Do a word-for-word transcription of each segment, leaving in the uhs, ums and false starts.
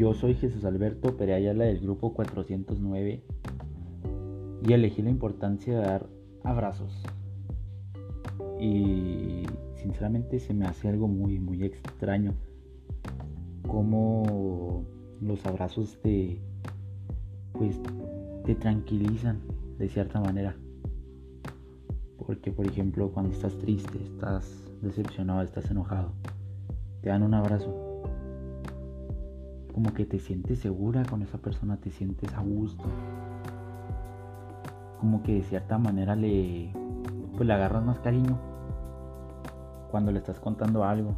Yo soy Jesús Alberto Pereayala del grupo cuatrocientos nueve y elegí la importancia de dar abrazos. Y sinceramente se me hace algo muy, muy extraño cómo los abrazos te, pues, te tranquilizan de cierta manera. Porque, por ejemplo, cuando estás triste, estás decepcionado, estás enojado, te dan un abrazo. Como que te sientes segura con esa persona, te sientes a gusto. Como que de cierta manera le, pues le agarras más cariño cuando le estás contando algo.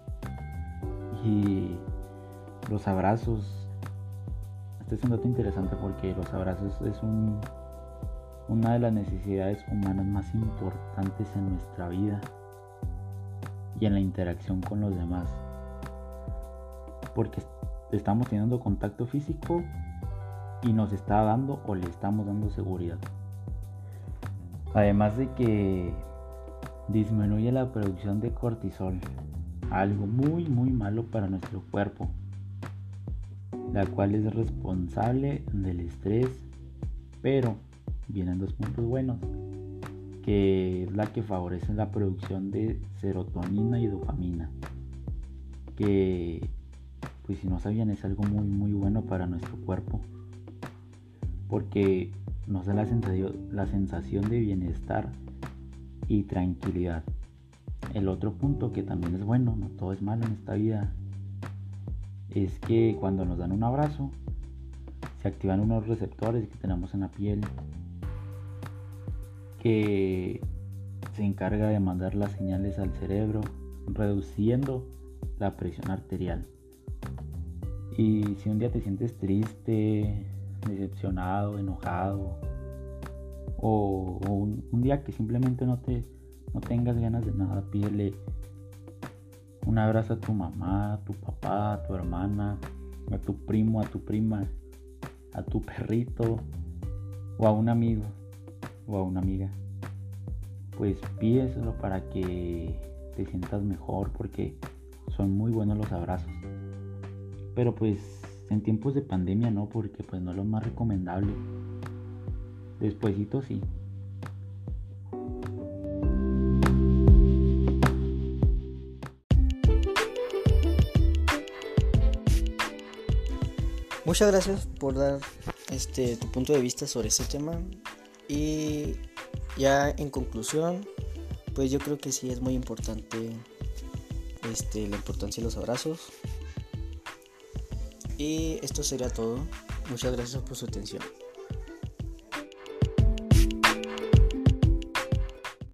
Y los abrazos, este es un dato interesante porque los abrazos es un, una de las necesidades humanas más importantes en nuestra vida y en la interacción con los demás. Porque estamos teniendo contacto físico y nos está dando o le estamos dando seguridad. Además de que disminuye la producción de cortisol, algo muy muy malo para nuestro cuerpo, la cual es responsable del estrés, pero vienen dos puntos buenos, que es la que favorece la producción de serotonina y dopamina, que pues si no sabían es algo muy muy bueno para nuestro cuerpo, porque nos da la sensación, la sensación de bienestar y tranquilidad. El otro punto que también es bueno, no todo es malo en esta vida, es que cuando nos dan un abrazo se activan unos receptores que tenemos en la piel que se encarga de mandar las señales al cerebro, reduciendo la presión arterial. Y si un día te sientes triste, decepcionado, enojado, o, o un, un día que simplemente no te no tengas ganas de nada, pídele un abrazo a tu mamá, a tu papá, a tu hermana, a tu primo, a tu prima, a tu perrito, o a un amigo, o a una amiga. Pues pídeselo para que te sientas mejor, porque son muy buenos los abrazos. Pero pues en tiempos de pandemia no, porque pues no es lo más recomendable. Despuésito sí. Muchas gracias por dar este tu punto de vista sobre este tema. Y ya en conclusión, pues yo creo que sí es muy importante este la importancia de los abrazos. Y esto sería todo. Muchas gracias por su atención.